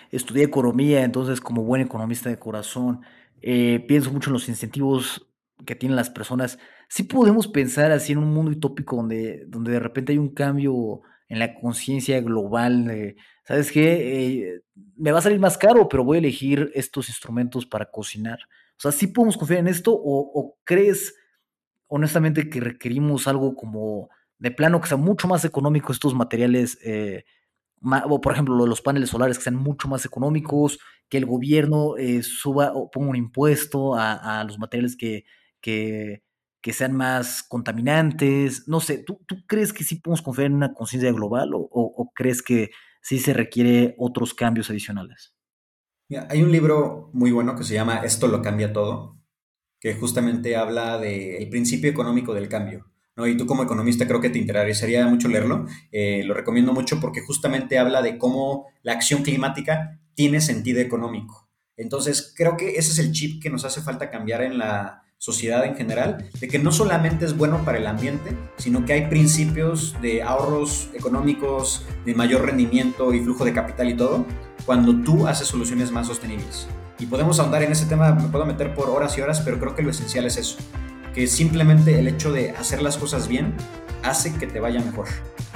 estudié economía, entonces como buen economista de corazón, pienso mucho en los incentivos que tienen las personas. Sí podemos pensar así en un mundo utópico donde de repente hay un cambio en la conciencia global de, ¿sabes qué? Me va a salir más caro, pero voy a elegir estos instrumentos para cocinar. O sea, ¿sí podemos confiar en esto o crees honestamente que requerimos algo como de plano que sea mucho más económico estos materiales, o por ejemplo, lo de los paneles solares que sean mucho más económicos, que el gobierno suba o ponga un impuesto a los materiales que, que sean más contaminantes? No sé, ¿tú crees que sí podemos confiar en una conciencia global o crees que sí se requiere otros cambios adicionales? Mira, hay un libro muy bueno que se llama Esto lo cambia todo, que justamente habla del principio económico del cambio, ¿no? Y tú como economista creo que te interesaría mucho leerlo. Lo recomiendo mucho porque justamente habla de cómo la acción climática tiene sentido económico. Entonces, creo que ese es el chip que nos hace falta cambiar en la sociedad en general, de que no solamente es bueno para el ambiente, sino que hay principios de ahorros económicos, de mayor rendimiento y flujo de capital y todo, cuando tú haces soluciones más sostenibles. Y podemos ahondar en ese tema, me puedo meter por horas y horas, pero creo que lo esencial es eso, que simplemente el hecho de hacer las cosas bien hace que te vaya mejor.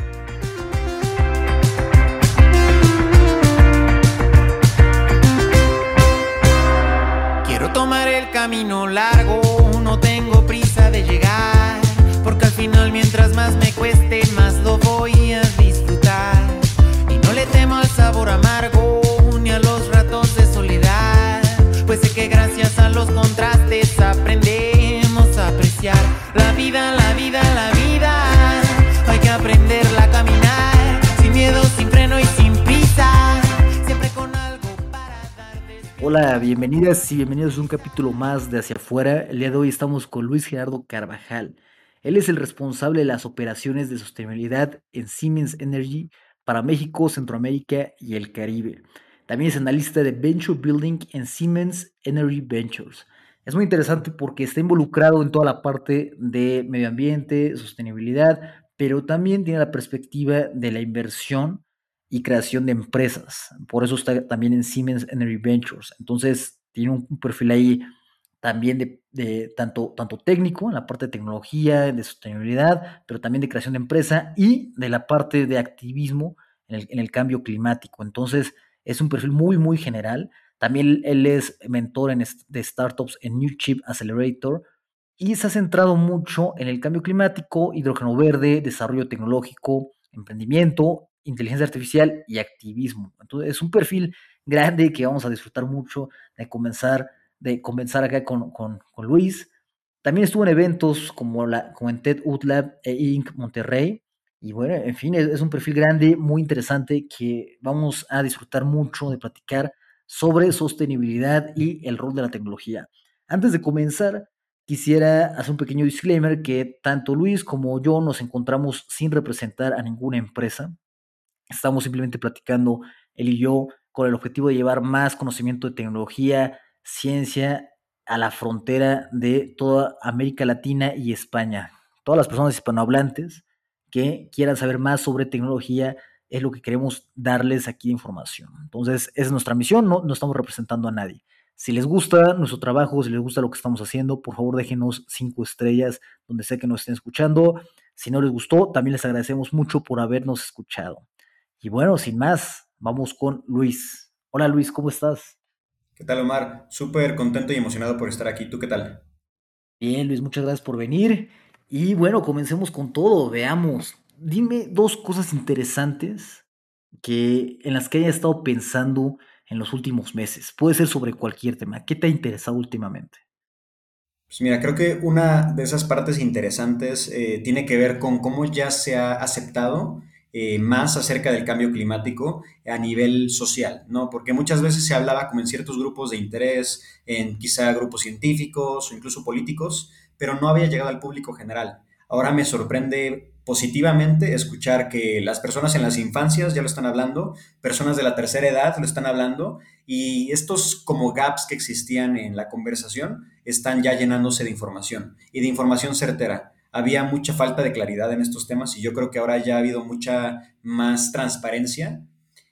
Quiero tomar el camino largo, no tengo prisa de llegar, porque al final mientras más me cueste, más lo voy a disfrutar. Y no le temo al sabor amargo, ni a los ratos de soledad, pues sé que gracias a los contrastes aprendemos a apreciar la vida, la vida, la vida. Hay que aprenderla a caminar, sin miedo, sin freno y sin prisa, siempre con algo para dar Hola, despierta. bienvenidas y bienvenidos a un capítulo más de Hacia Afuera. El día de hoy estamos con Luis Gerardo Carvajal. Él es el responsable de las operaciones de sostenibilidad en Siemens Energy para México, Centroamérica y el Caribe. También es analista de Venture Building en Siemens Energy Ventures. Es muy interesante porque está involucrado en toda la parte de medio ambiente, sostenibilidad, pero también tiene la perspectiva de la inversión y creación de empresas. Por eso está también en Siemens Energy Ventures. Entonces, tiene un perfil ahí también de tanto técnico, en la parte de tecnología, de sostenibilidad, pero también de creación de empresa y de la parte de activismo en el cambio climático. Entonces, es un perfil muy general. También él es mentor de startups en New Chip Accelerator y se ha centrado mucho en el cambio climático, hidrógeno verde, desarrollo tecnológico, emprendimiento, inteligencia artificial y activismo. Entonces, es un perfil grande que vamos a disfrutar mucho de comenzar acá con Luis. También estuvo en eventos como en TED UTLab e Inc. Monterrey. Y bueno, en fin, es un perfil grande, muy interesante, que vamos a disfrutar mucho de platicar sobre sostenibilidad y el rol de la tecnología. Antes de comenzar, quisiera hacer un pequeño disclaimer que tanto Luis como yo nos encontramos sin representar a ninguna empresa. Estamos simplemente platicando él y yo con el objetivo de llevar más conocimiento de tecnología, ciencia a la frontera de toda América Latina y España. Todas las personas hispanohablantes que quieran saber más sobre tecnología es lo que queremos darles aquí de información. Entonces, esa es nuestra misión, no estamos representando a nadie. Si les gusta nuestro trabajo, si les gusta lo que estamos haciendo, por favor déjenos 5 estrellas donde sea que nos estén escuchando. Si no les gustó, también les agradecemos mucho por habernos escuchado. Y bueno, sin más, vamos con Luis. Hola Luis, ¿cómo estás? ¿Qué tal, Omar? Súper contento y emocionado por estar aquí. ¿Tú qué tal? Bien, Luis, muchas gracias por venir. Y bueno, comencemos con todo. Veamos. Dime dos cosas interesantes en las que hayas estado pensando en los últimos meses. Puede ser sobre cualquier tema. ¿Qué te ha interesado últimamente? Pues mira, creo que una de esas partes interesantes tiene que ver con cómo ya se ha aceptado más acerca del cambio climático a nivel social, ¿no? Porque muchas veces se hablaba como en ciertos grupos de interés, en quizá grupos científicos o incluso políticos, pero no había llegado al público general. Ahora me sorprende positivamente escuchar que las personas en las infancias ya lo están hablando, personas de la tercera edad lo están hablando, y estos como gaps que existían en la conversación están ya llenándose de información y de información certera. Había mucha falta de claridad en estos temas y yo creo que ahora ya ha habido mucha más transparencia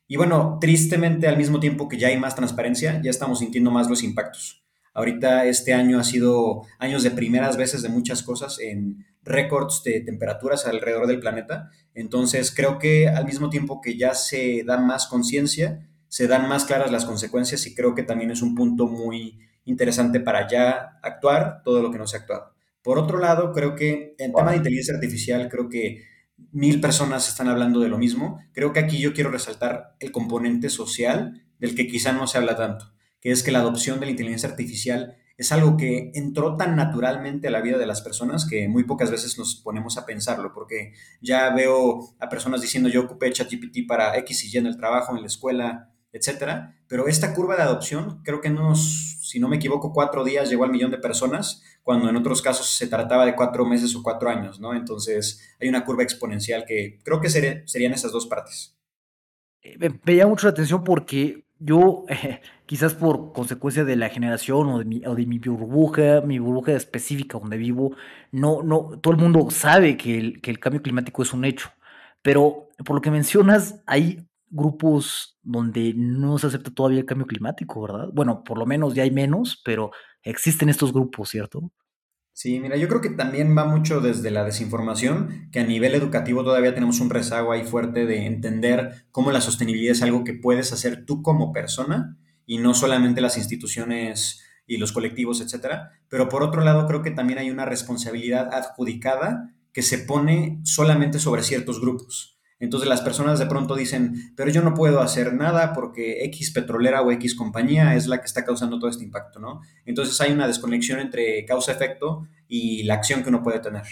Y bueno, tristemente al mismo tiempo que ya hay más transparencia, ya estamos sintiendo más los impactos. Ahorita este año ha sido años de primeras veces de muchas cosas en récords de temperaturas alrededor del planeta. Entonces creo que al mismo tiempo que ya se da más conciencia, se dan más claras las consecuencias y creo que también es un punto muy interesante para ya actuar todo lo que no se ha actuado. Por otro lado, creo que en tema de Wow. inteligencia artificial, creo que 1000 personas están hablando de lo mismo. Creo que aquí yo quiero resaltar el componente social del que quizá no se habla tanto, que es que la adopción de la inteligencia artificial es algo que entró tan naturalmente a la vida de las personas que muy pocas veces nos ponemos a pensarlo, porque ya veo a personas diciendo yo ocupé ChatGPT para X y Y en el trabajo, en la escuela, etcétera, pero esta curva de adopción creo que en unos, si no me equivoco, 4 días llegó al millón de personas, cuando en otros casos se trataba de 4 meses o 4 años, ¿no? Entonces hay una curva exponencial que creo que serían esas dos partes. Me llama mucho la atención porque yo, quizás por consecuencia de la generación o de mi burbuja específica donde vivo, no, todo el mundo sabe que el cambio climático es un hecho. Pero por lo que mencionas, hay grupos donde no se acepta todavía el cambio climático, ¿verdad? Bueno, por lo menos ya hay menos, pero existen estos grupos, ¿cierto? Sí, mira, yo creo que también va mucho desde la desinformación, que a nivel educativo todavía tenemos un rezago ahí fuerte de entender cómo la sostenibilidad es algo que puedes hacer tú como persona y no solamente las instituciones y los colectivos, etcétera. Pero por otro lado, creo que también hay una responsabilidad adjudicada que se pone solamente sobre ciertos grupos. Entonces las personas de pronto dicen, pero yo no puedo hacer nada porque X petrolera o X compañía es la que está causando todo este impacto, ¿no? Entonces hay una desconexión entre causa-efecto y la acción que uno puede tener.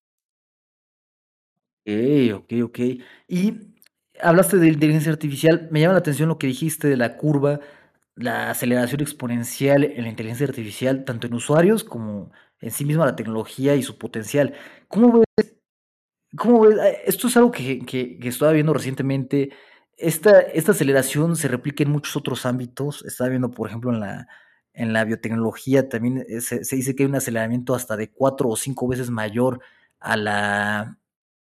Ok. Y hablaste de inteligencia artificial. Me llama la atención lo que dijiste de la curva, la aceleración exponencial en la inteligencia artificial, tanto en usuarios como en sí misma la tecnología y su potencial. ¿Cómo cómo ves? Esto es algo que estaba viendo recientemente. Esta aceleración se replica en muchos otros ámbitos. Estaba viendo, por ejemplo, en la biotecnología también se dice que hay un aceleramiento hasta de 4 o 5 veces mayor a la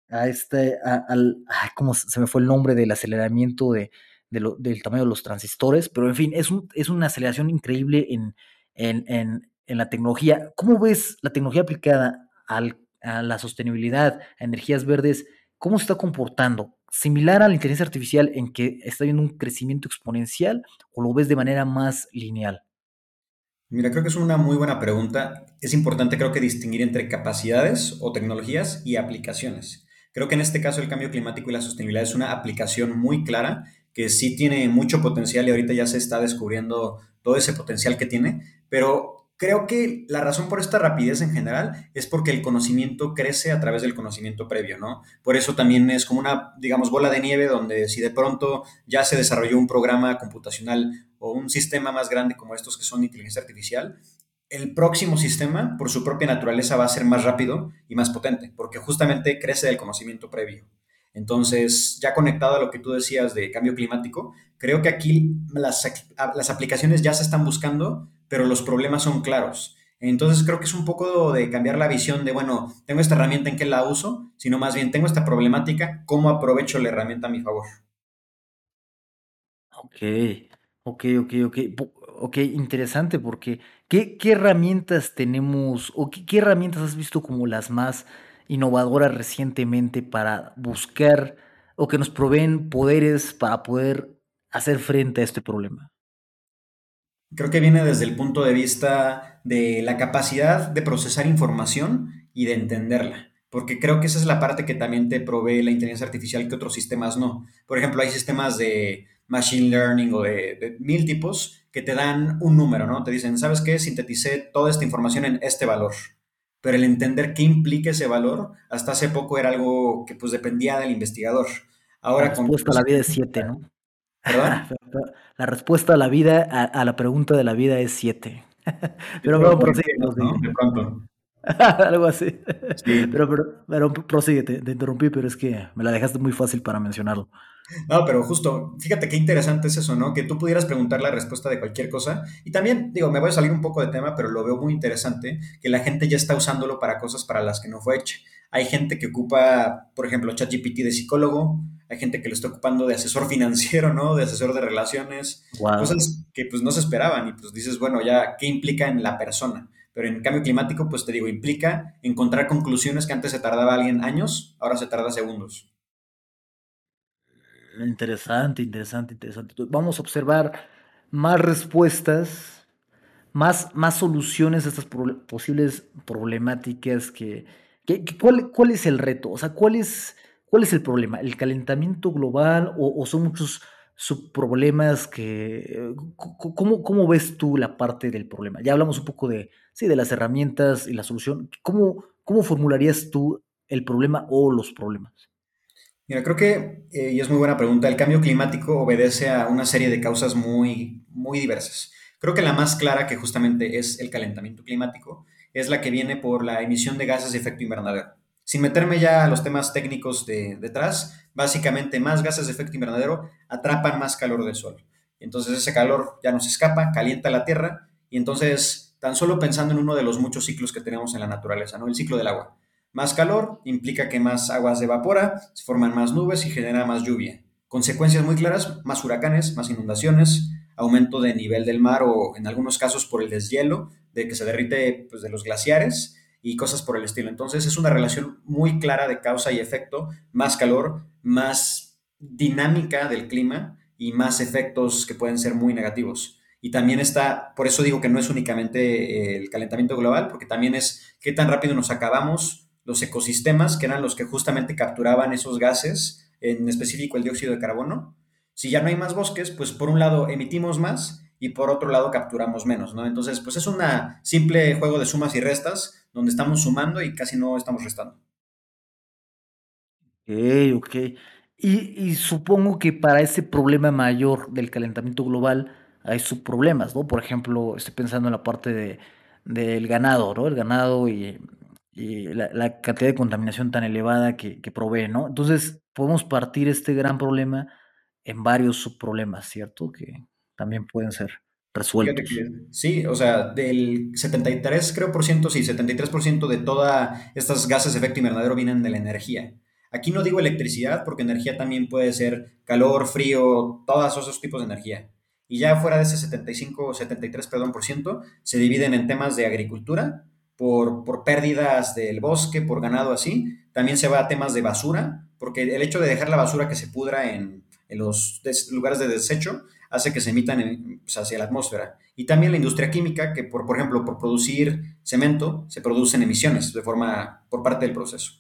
¿cómo se me fue el nombre del aceleramiento del tamaño de los transistores? Pero en fin, es una aceleración increíble en la tecnología. ¿Cómo ves la tecnología aplicada a la sostenibilidad, a energías verdes? ¿Cómo se está comportando? ¿Similar a la inteligencia artificial en que está viendo un crecimiento exponencial o lo ves de manera más lineal? Mira, creo que es una muy buena pregunta. Es importante, creo que distinguir entre capacidades o tecnologías y aplicaciones. Creo que en este caso el cambio climático y la sostenibilidad es una aplicación muy clara que sí tiene mucho potencial y ahorita ya se está descubriendo todo ese potencial que tiene, pero creo que la razón por esta rapidez en general es porque el conocimiento crece a través del conocimiento previo, ¿no? Por eso también es como una, digamos, bola de nieve donde si de pronto ya se desarrolló un programa computacional o un sistema más grande como estos que son inteligencia artificial, el próximo sistema, por su propia naturaleza, va a ser más rápido y más potente, porque justamente crece del conocimiento previo. Entonces, ya conectado a lo que tú decías de cambio climático, creo que aquí las aplicaciones ya se están buscando, pero los problemas son claros. Entonces creo que es un poco de cambiar la visión de, bueno, tengo esta herramienta, ¿en qué la uso? Sino más bien, tengo esta problemática, ¿cómo aprovecho la herramienta a mi favor? Okey, okey, interesante, porque, ¿qué herramientas tenemos o qué herramientas has visto como las más innovadoras recientemente para buscar o que nos proveen poderes para poder hacer frente a este problema? Creo que viene desde el punto de vista de la capacidad de procesar información y de entenderla, porque creo que esa es la parte que también te provee la inteligencia artificial que otros sistemas no. Por ejemplo, hay sistemas de machine learning o de 1000 tipos que te dan un número, ¿no? Te dicen, ¿sabes qué? Sinteticé toda esta información en este valor. Pero el entender qué implica ese valor, hasta hace poco era algo que pues dependía del investigador. La Ahora con respuesta a la vida es 7, ¿no? ¿Perdón? La respuesta a la vida, a la pregunta de la vida es 7. Sí, Pero pero bueno, por prosigue, ejemplo, ¿no? prosigue. De pronto. Algo así. Sí. Pero prosigue, te interrumpí, pero es que me la dejaste muy fácil para mencionarlo. No, pero justo, fíjate qué interesante es eso, ¿no? Que tú pudieras preguntar la respuesta de cualquier cosa. Y también, digo, me voy a salir un poco de tema, pero lo veo muy interesante, que la gente ya está usándolo para cosas para las que no fue hecha. Hay gente que ocupa, por ejemplo, ChatGPT de psicólogo, hay gente que lo está ocupando de asesor financiero, ¿no? De asesor de relaciones, Wow. cosas que pues no se esperaban y pues dices, bueno, ya, ¿qué implica en la persona? Pero en cambio climático, pues te digo, implica encontrar conclusiones que antes se tardaba alguien años, ahora se tarda segundos. Interesante, interesante, interesante. Entonces, vamos a observar más respuestas, más soluciones a estas posibles problemáticas ¿cuál es el reto? O sea, ¿cuál es el problema? ¿El calentamiento global o son muchos subproblemas ¿cómo ves tú la parte del problema? Ya hablamos un poco sí, de las herramientas y la solución. ¿Cómo formularías tú el problema o los problemas? Mira, creo que, y es muy buena pregunta, el cambio climático obedece a una serie de causas muy diversas. Creo que la más clara, que justamente es el calentamiento climático, es la que viene por la emisión de gases de efecto invernadero. Sin meterme ya a los temas técnicos detrás, básicamente más gases de efecto invernadero atrapan más calor del sol. Entonces ese calor ya no se escapa, calienta la Tierra y entonces tan solo pensando en uno de los muchos ciclos que tenemos en la naturaleza, ¿no? El ciclo del agua. Más calor implica que más agua se evapora, se forman más nubes y genera más lluvia. Consecuencias muy claras, más huracanes, más inundaciones, aumento de nivel del mar o en algunos casos por el deshielo, de que se derrite pues, de los glaciares y cosas por el estilo. Entonces es una relación muy clara de causa y efecto, más calor, más dinámica del clima y más efectos que pueden ser muy negativos. Y también está, por eso digo que no es únicamente el calentamiento global, porque también es qué tan rápido nos acabamos los ecosistemas, que eran los que justamente capturaban esos gases, en específico el dióxido de carbono. Si ya no hay más bosques, pues por un lado emitimos más y por otro lado capturamos menos, ¿no? Entonces, pues es un simple juego de sumas y restas donde estamos sumando y casi no estamos restando. Ok. Y supongo que para ese problema mayor del calentamiento global hay subproblemas, ¿no? Por ejemplo, estoy pensando en la parte del ganado, ¿no? El ganado y la cantidad de contaminación tan elevada que provee, ¿no? Entonces, podemos partir este gran problema en varios subproblemas, ¿cierto? Que también pueden ser Fíjate que resueltos. sí, o sea, del 73 creo por ciento, sí, 73% de todas estas gases de efecto invernadero vienen de la energía. Aquí no digo electricidad porque energía también puede ser calor, frío, todos esos tipos de energía. Y ya fuera de ese 75 o 73, perdón, por ciento, se dividen en temas de agricultura, por pérdidas del bosque, por ganado así. También se va a temas de basura, porque el hecho de dejar la basura que se pudra en los lugares de desecho hace que se emitan pues, hacia la atmósfera. Y también la industria química, que por ejemplo, por producir cemento, se producen emisiones por parte del proceso.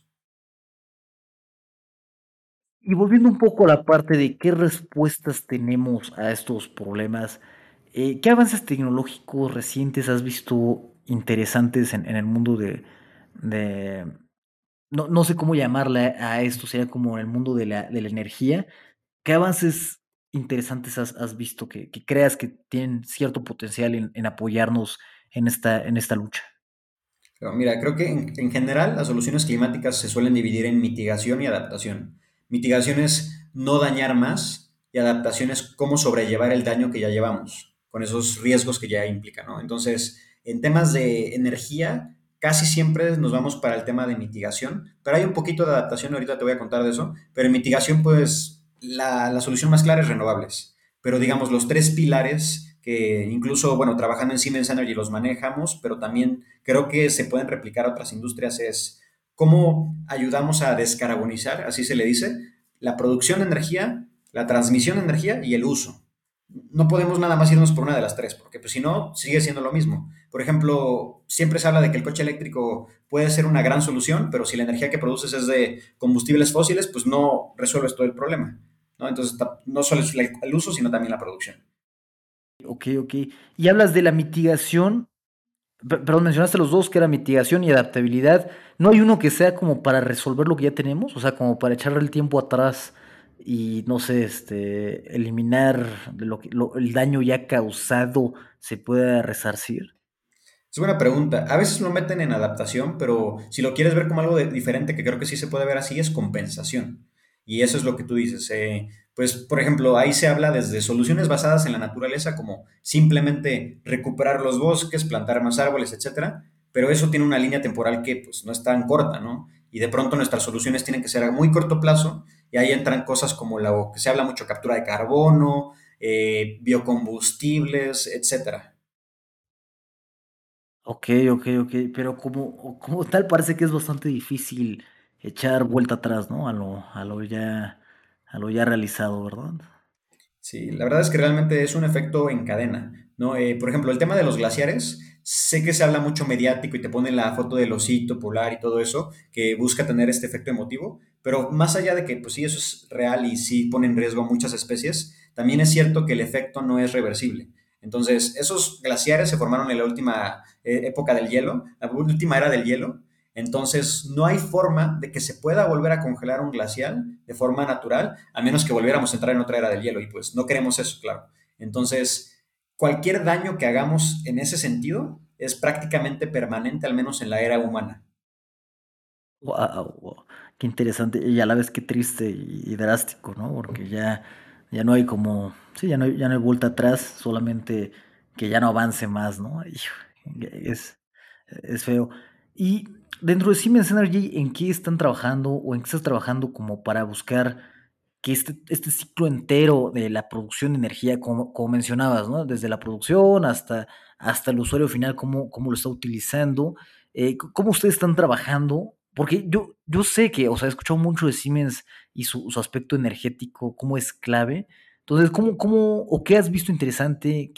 Y volviendo un poco a la parte de qué respuestas tenemos a estos problemas, ¿qué avances tecnológicos recientes has visto interesantes en el mundo de no sé cómo llamarle a esto, sería como en el mundo de la energía? ¿Qué avances interesantes has visto que creas que tienen cierto potencial en apoyarnos en esta lucha? Pero mira, creo que en general las soluciones climáticas se suelen dividir en mitigación y adaptación. Mitigación es no dañar más y adaptación es cómo sobrellevar el daño que ya llevamos, con esos riesgos que ya implica, ¿no? Entonces, en temas de energía, casi siempre nos vamos para el tema de mitigación, pero hay un poquito de adaptación, ahorita te voy a contar de eso, pero en mitigación, pues, la solución más clara es renovables. Pero digamos, los tres pilares que incluso, bueno, trabajando en Siemens Energy los manejamos, pero también creo que se pueden replicar a otras industrias, es cómo ayudamos a descarbonizar, así se le dice, la producción de energía, la transmisión de energía y el uso. No podemos nada más irnos por una de las tres, porque pues, si no, sigue siendo lo mismo. Por ejemplo, siempre se habla de que el coche eléctrico puede ser una gran solución, pero si la energía que produces es de combustibles fósiles, pues no resuelves todo el problema, ¿no? Entonces, no solo es el uso, sino también la producción. Ok, ok. Y hablas de la mitigación. Perdón, mencionaste los dos, que era mitigación y adaptabilidad. ¿No hay uno que sea como para resolver lo que ya tenemos? O sea, como para echarle el tiempo atrás y, no sé, eliminar el daño ya causado, se pueda resarcir. Es buena pregunta. A veces lo meten en adaptación, pero si lo quieres ver como algo diferente, que creo que sí se puede ver así, es compensación. Y eso es lo que tú dices. Pues, por ejemplo, ahí se habla desde soluciones basadas en la naturaleza, como simplemente recuperar los bosques, plantar más árboles, etcétera. Pero eso tiene una línea temporal que pues, no es tan corta, ¿no? y de pronto nuestras soluciones tienen que ser a muy corto plazo y ahí entran cosas como la que se habla mucho, captura de carbono, biocombustibles, etcétera. Ok, ok, ok, pero como tal parece que es bastante difícil echar vuelta atrás, ¿no? A lo ya realizado, ¿verdad? Sí, la verdad es que realmente es un efecto en cadena, ¿no? Por ejemplo, el tema de los glaciares, sé que se habla mucho mediático y te ponen la foto del osito polar y todo eso, que busca tener este efecto emotivo, pero más allá de que, pues sí, eso es real y sí pone en riesgo a muchas especies, también es cierto que el efecto no es reversible. Entonces, esos glaciares se formaron en la última época del hielo, la última era del hielo, entonces, no hay forma de que se pueda volver a congelar un glacial de forma natural, a menos que volviéramos a entrar en otra era del hielo, y pues no queremos eso, claro. Entonces, cualquier daño que hagamos en ese sentido es prácticamente permanente, al menos en la era humana. Wow, qué interesante y a la vez qué triste y drástico, ¿no? Porque ya no hay como, sí, ya no hay vuelta atrás, solamente que ya no avance más, ¿no? Hijo, es, es feo. Y dentro de Siemens Energy, ¿en qué están trabajando o en qué estás trabajando como para buscar que este ciclo entero de la producción de energía, como mencionabas, ¿no? Desde la producción hasta el usuario final, cómo lo está utilizando? ¿Cómo ustedes están trabajando? Porque yo sé que, o sea, he escuchado mucho de Siemens y su aspecto energético, cómo es clave. Entonces, o qué has visto interesante?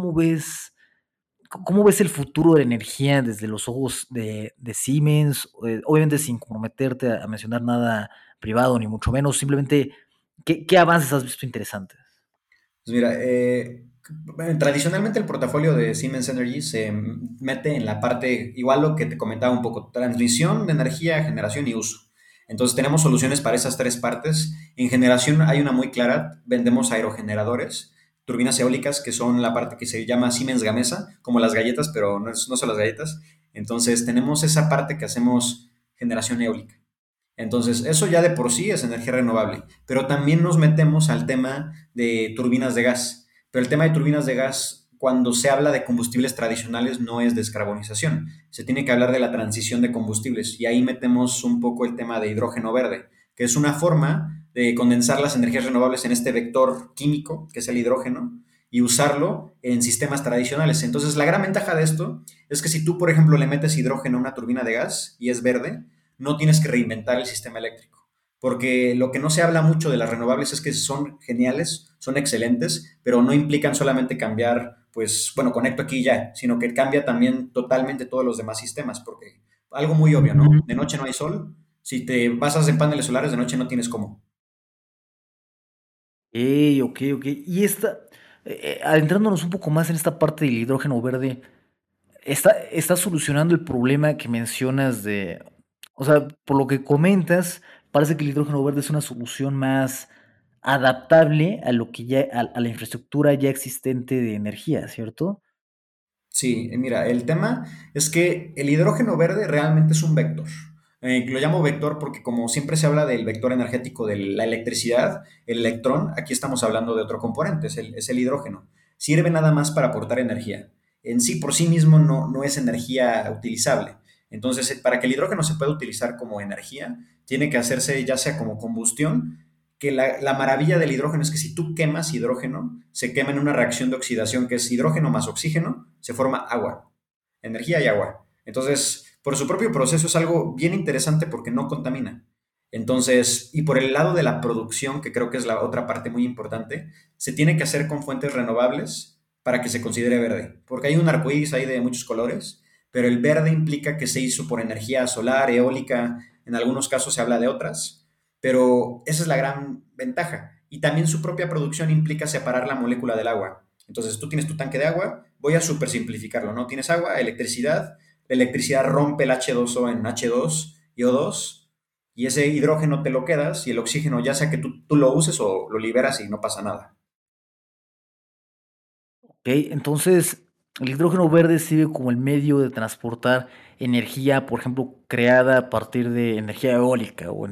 ¿Cómo ves el futuro de la energía desde los ojos de Siemens? Obviamente sin comprometerte a mencionar nada privado, ni mucho menos, simplemente, ¿qué avances has visto interesantes? Pues mira, tradicionalmente el portafolio de Siemens Energy se mete en la parte, igual lo que te comentaba un poco, transmisión de energía, generación y uso. Entonces tenemos soluciones para esas tres partes. En generación hay una muy clara, vendemos aerogeneradores, turbinas eólicas, que son la parte que se llama Siemens Gamesa, como las galletas, pero no son las galletas. Entonces tenemos esa parte que hacemos generación eólica. Entonces, eso ya de por sí es energía renovable, pero también nos metemos al tema de turbinas de gas. Pero el tema de turbinas de gas, cuando se habla de combustibles tradicionales, no es descarbonización. Se tiene que hablar de la transición de combustibles y ahí metemos un poco el tema de hidrógeno verde, que es una forma de condensar las energías renovables en este vector químico, que es el hidrógeno, y usarlo en sistemas tradicionales. Entonces, la gran ventaja de esto es que si tú, por ejemplo, le metes hidrógeno a una turbina de gas y es verde, no tienes que reinventar el sistema eléctrico. Porque lo que no se habla mucho de las renovables es que son geniales, son excelentes, pero no implican solamente cambiar, pues, bueno, conecto aquí y ya, sino que cambia también totalmente todos los demás sistemas, porque algo muy obvio, ¿no? Ujú. De noche no hay sol, si te basas en paneles solares, de noche no tienes cómo. Ok. Y adentrándonos un poco más en esta parte del hidrógeno verde, está solucionando el problema que mencionas o sea, por lo que comentas, parece que el hidrógeno verde es una solución más adaptable a lo que a la infraestructura ya existente de energía, ¿cierto? Sí, mira, el tema es que el hidrógeno verde realmente es un vector. Lo llamo vector porque como siempre se habla del vector energético de la electricidad, el electrón, aquí estamos hablando de otro componente, es el hidrógeno. Sirve nada más para aportar energía. En sí, por sí mismo, no es energía utilizable. Entonces, para que el hidrógeno se pueda utilizar como energía, tiene que hacerse ya sea como combustión, que la maravilla del hidrógeno es que si tú quemas hidrógeno, se quema en una reacción de oxidación que es hidrógeno más oxígeno, se forma agua, energía y agua. Entonces, por su propio proceso es algo bien interesante porque no contamina. Entonces, y por el lado de la producción, que creo que es la otra parte muy importante, se tiene que hacer con fuentes renovables para que se considere verde. Porque hay un arcoíris ahí de muchos colores, pero el verde implica que se hizo por energía solar, eólica, en algunos casos se habla de otras, pero esa es la gran ventaja. Y también su propia producción implica separar la molécula del agua. Entonces tú tienes tu tanque de agua, voy a super simplificarlo, ¿no? Tienes agua, electricidad, la electricidad rompe el H2O en H2 y O2, y ese hidrógeno te lo quedas y el oxígeno ya sea que tú lo uses o lo liberas y no pasa nada. Ok, entonces el hidrógeno verde sirve como el medio de transportar energía, por ejemplo, creada a partir de energía eólica o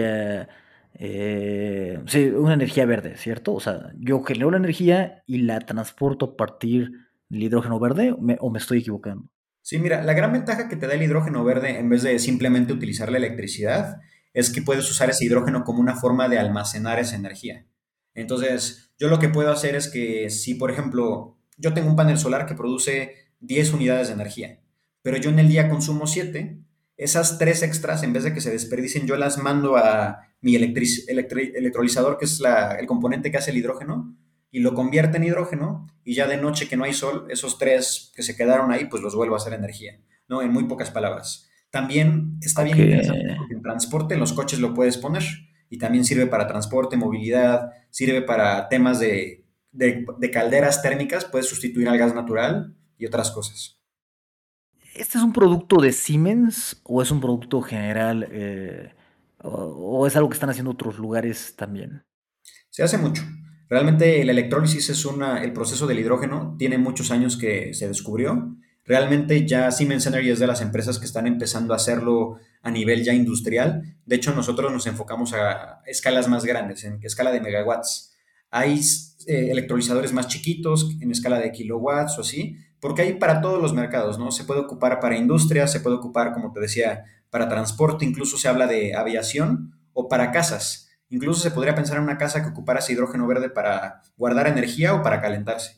sí, una energía verde, ¿cierto? O sea, yo genero la energía y la transporto a partir del hidrógeno verde, o me estoy equivocando. Sí, mira, la gran ventaja que te da el hidrógeno verde en vez de simplemente utilizar la electricidad es que puedes usar ese hidrógeno como una forma de almacenar esa energía. Entonces, yo lo que puedo hacer es que si, por ejemplo, yo tengo un panel solar que produce 10 unidades de energía, pero yo en el día consumo 7, esas 3 extras, en vez de que se desperdicien, yo las mando a mi electrolizador, que es el componente que hace el hidrógeno, y lo convierte en hidrógeno y ya de noche que no hay sol, esos 3 que se quedaron ahí, pues los vuelvo a hacer energía, ¿no? En muy pocas palabras. También está Ok. bien interesante porque en transporte, en los coches lo puedes poner y también sirve para transporte, movilidad, sirve para temas de calderas térmicas, puedes sustituir al gas natural y otras cosas. ¿Este es un producto de Siemens o es un producto general o es algo que están haciendo otros lugares también? Se hace mucho. Realmente la electrólisis el proceso del hidrógeno, tiene muchos años que se descubrió. Realmente ya Siemens Energy es de las empresas que están empezando a hacerlo a nivel ya industrial. De hecho, nosotros nos enfocamos a escalas más grandes, en escala de megawatts. Hay electrolizadores más chiquitos, en escala de kilowatts o así, porque hay para todos los mercados, ¿no? Se puede ocupar para industria, se puede ocupar, como te decía, para transporte, incluso se habla de aviación o para casas. Incluso se podría pensar en una casa que ocupara ese hidrógeno verde para guardar energía o para calentarse.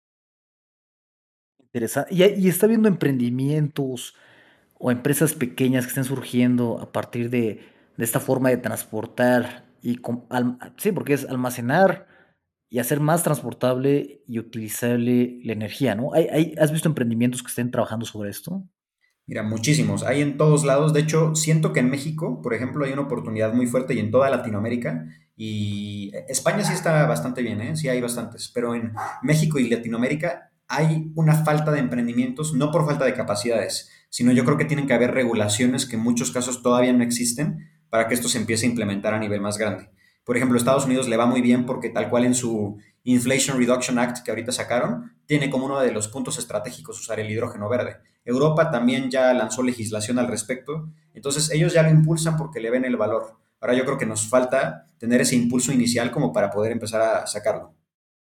Interesante. Y está viendo emprendimientos o empresas pequeñas que estén surgiendo a partir de esta forma de transportar sí, porque es almacenar y hacer más transportable y utilizable la energía, ¿no? ¿Has visto emprendimientos que estén trabajando sobre esto? Mira, muchísimos. Hay en todos lados. De hecho, siento que en México, por ejemplo, hay una oportunidad muy fuerte y en toda Latinoamérica. Y España sí está bastante bien, ¿eh? Sí hay bastantes. Pero en México y Latinoamérica hay una falta de emprendimientos, no por falta de capacidades, sino yo creo que tienen que haber regulaciones que en muchos casos todavía no existen para que esto se empiece a implementar a nivel más grande. Por ejemplo, Estados Unidos le va muy bien porque tal cual en su Inflation Reduction Act que ahorita sacaron, tiene como uno de los puntos estratégicos usar el hidrógeno verde. Europa también ya lanzó legislación al respecto, entonces ellos ya lo impulsan porque le ven el valor. Ahora yo creo que nos falta tener ese impulso inicial como para poder empezar a sacarlo.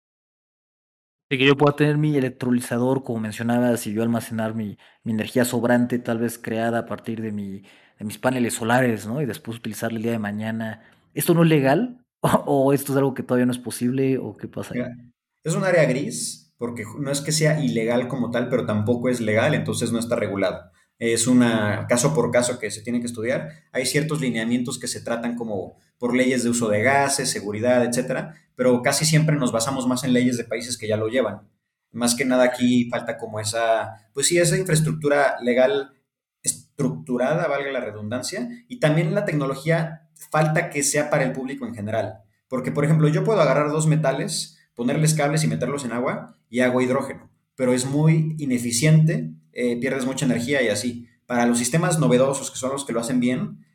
De que yo pueda tener mi electrolizador, como mencionabas, y yo almacenar mi energía sobrante, tal vez creada a partir de mis paneles solares, ¿no? Y después utilizarla el día de mañana. ¿Esto no es legal? ¿O esto es algo que todavía no es posible? ¿O qué pasa ahí? Mira, es un área gris porque no es que sea ilegal como tal, pero tampoco es legal, entonces no está regulado. Es una caso por caso que se tiene que estudiar. Hay ciertos lineamientos que se tratan como por leyes de uso de gases, seguridad, etcétera, pero casi siempre nos basamos más en leyes de países que ya lo llevan. Más que nada aquí falta como pues sí, esa infraestructura legal estructurada, valga la redundancia, y también la tecnología falta que sea para el público en general. Porque, por ejemplo, yo puedo agarrar dos metales, ponerles cables y meterlos en agua y hago hidrógeno, pero es muy ineficiente, pierdes mucha energía y así. Para los sistemas novedosos, que son los que lo hacen bien,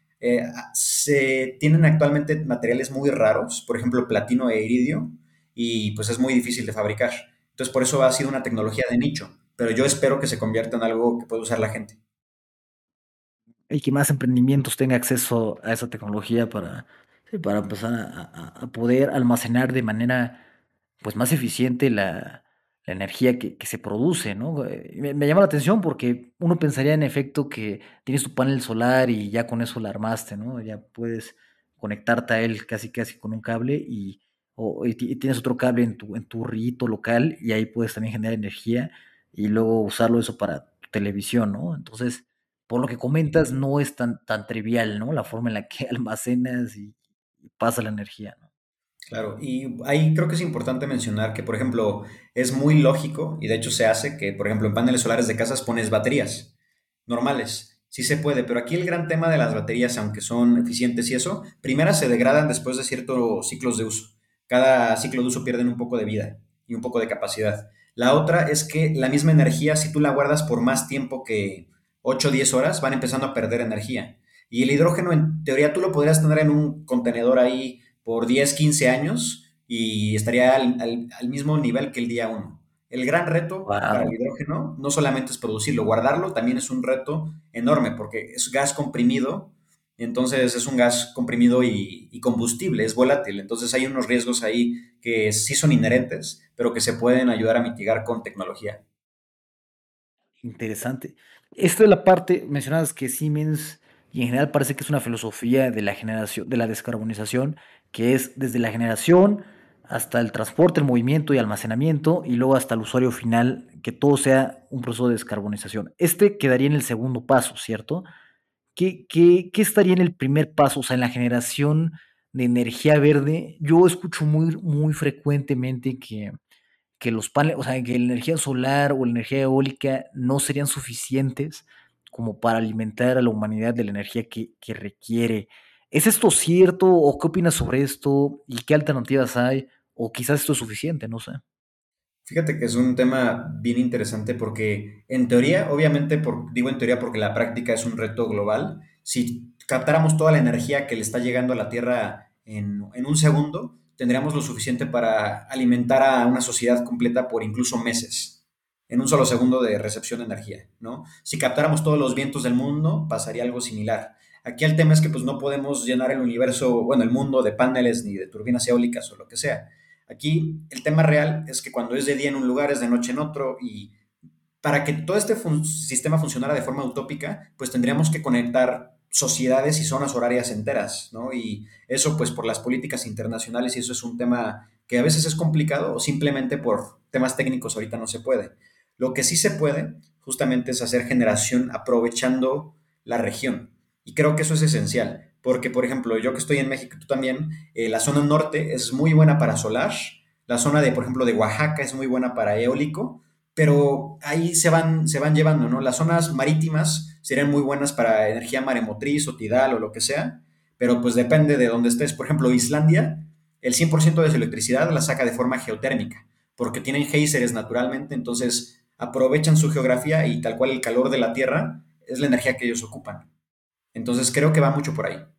se tienen actualmente materiales muy raros, por ejemplo, platino e iridio, y pues es muy difícil de fabricar. Entonces, por eso ha sido una tecnología de nicho, pero yo espero que se convierta en algo que pueda usar la gente. Y que más emprendimientos tengan acceso a esa tecnología sí, para empezar a poder almacenar de manera pues más eficiente la energía que se produce, ¿no? Me llama la atención porque uno pensaría en efecto que tienes tu panel solar y ya con eso la armaste, ¿no? Ya puedes conectarte a él casi casi con un cable y tienes otro cable en tu rito local y ahí puedes también generar energía y luego usarlo eso para tu televisión, ¿no? Entonces, por lo que comentas, no es tan trivial, ¿no? La forma en la que almacenas y pasa la energía, ¿no? Claro, y ahí creo que es importante mencionar que, por ejemplo, es muy lógico, y de hecho se hace, que, por ejemplo, en paneles solares de casas pones baterías normales. Sí se puede, pero aquí el gran tema de las baterías, aunque son eficientes y eso, primero se degradan después de ciertos ciclos de uso. Cada ciclo de uso pierden un poco de vida y un poco de capacidad. La otra es que la misma energía, si tú la guardas por más tiempo que 8 o 10 horas, van empezando a perder energía. Y el hidrógeno, en teoría, tú lo podrías tener en un contenedor ahí por 10 15 años y estaría al mismo nivel que el día uno. El gran reto para el Wow. hidrógeno no solamente es producirlo, guardarlo también es un reto enorme porque es gas comprimido, entonces es un gas comprimido y combustible, es volátil, entonces hay unos riesgos ahí que sí son inherentes, pero que se pueden ayudar a mitigar con tecnología. Interesante. Esta es la parte, mencionabas que Siemens, y en general parece que es una filosofía de la generación, de la descarbonización, que es desde la generación hasta el transporte, el movimiento y almacenamiento, y luego hasta el usuario final, que todo sea un proceso de descarbonización. Este quedaría en el segundo paso, ¿cierto? ¿Qué estaría en el primer paso? O sea, en la generación de energía verde, yo escucho muy frecuentemente que los paneles, o sea, que la energía solar o la energía eólica no serían suficientes como para alimentar a la humanidad de la energía que requiere. ¿Es esto cierto o qué opinas sobre esto y qué alternativas hay? O quizás esto es suficiente, no sé. Fíjate que es un tema bien interesante porque en teoría, obviamente, digo en teoría porque la práctica es un reto global, si captáramos toda la energía que le está llegando a la Tierra en un segundo, tendríamos lo suficiente para alimentar a una sociedad completa por incluso meses, en un solo segundo de recepción de energía, ¿no? Si captáramos todos los vientos del mundo, pasaría algo similar. Aquí el tema es que pues no podemos llenar el universo, bueno, el mundo de paneles ni de turbinas eólicas o lo que sea. Aquí el tema real es que cuando es de día en un lugar es de noche en otro y para que todo este sistema funcionara de forma utópica, pues tendríamos que conectar sociedades y zonas horarias enteras, ¿no? Y eso pues por las políticas internacionales y eso es un tema que a veces es complicado o simplemente por temas técnicos ahorita no se puede. Lo que sí se puede justamente es hacer generación aprovechando la región. Y creo que eso es esencial, porque por ejemplo, yo que estoy en México, tú también, la zona norte es muy buena para solar, la zona de, por ejemplo, de Oaxaca es muy buena para eólico, pero ahí se van llevando, ¿no? Las zonas marítimas serían muy buenas para energía maremotriz o tidal o lo que sea, pero pues depende de dónde estés. Por ejemplo, Islandia, el 100% de su electricidad la saca de forma geotérmica, porque tienen géiseres naturalmente, entonces aprovechan su geografía y tal cual el calor de la Tierra es la energía que ellos ocupan. Entonces creo que va mucho por ahí.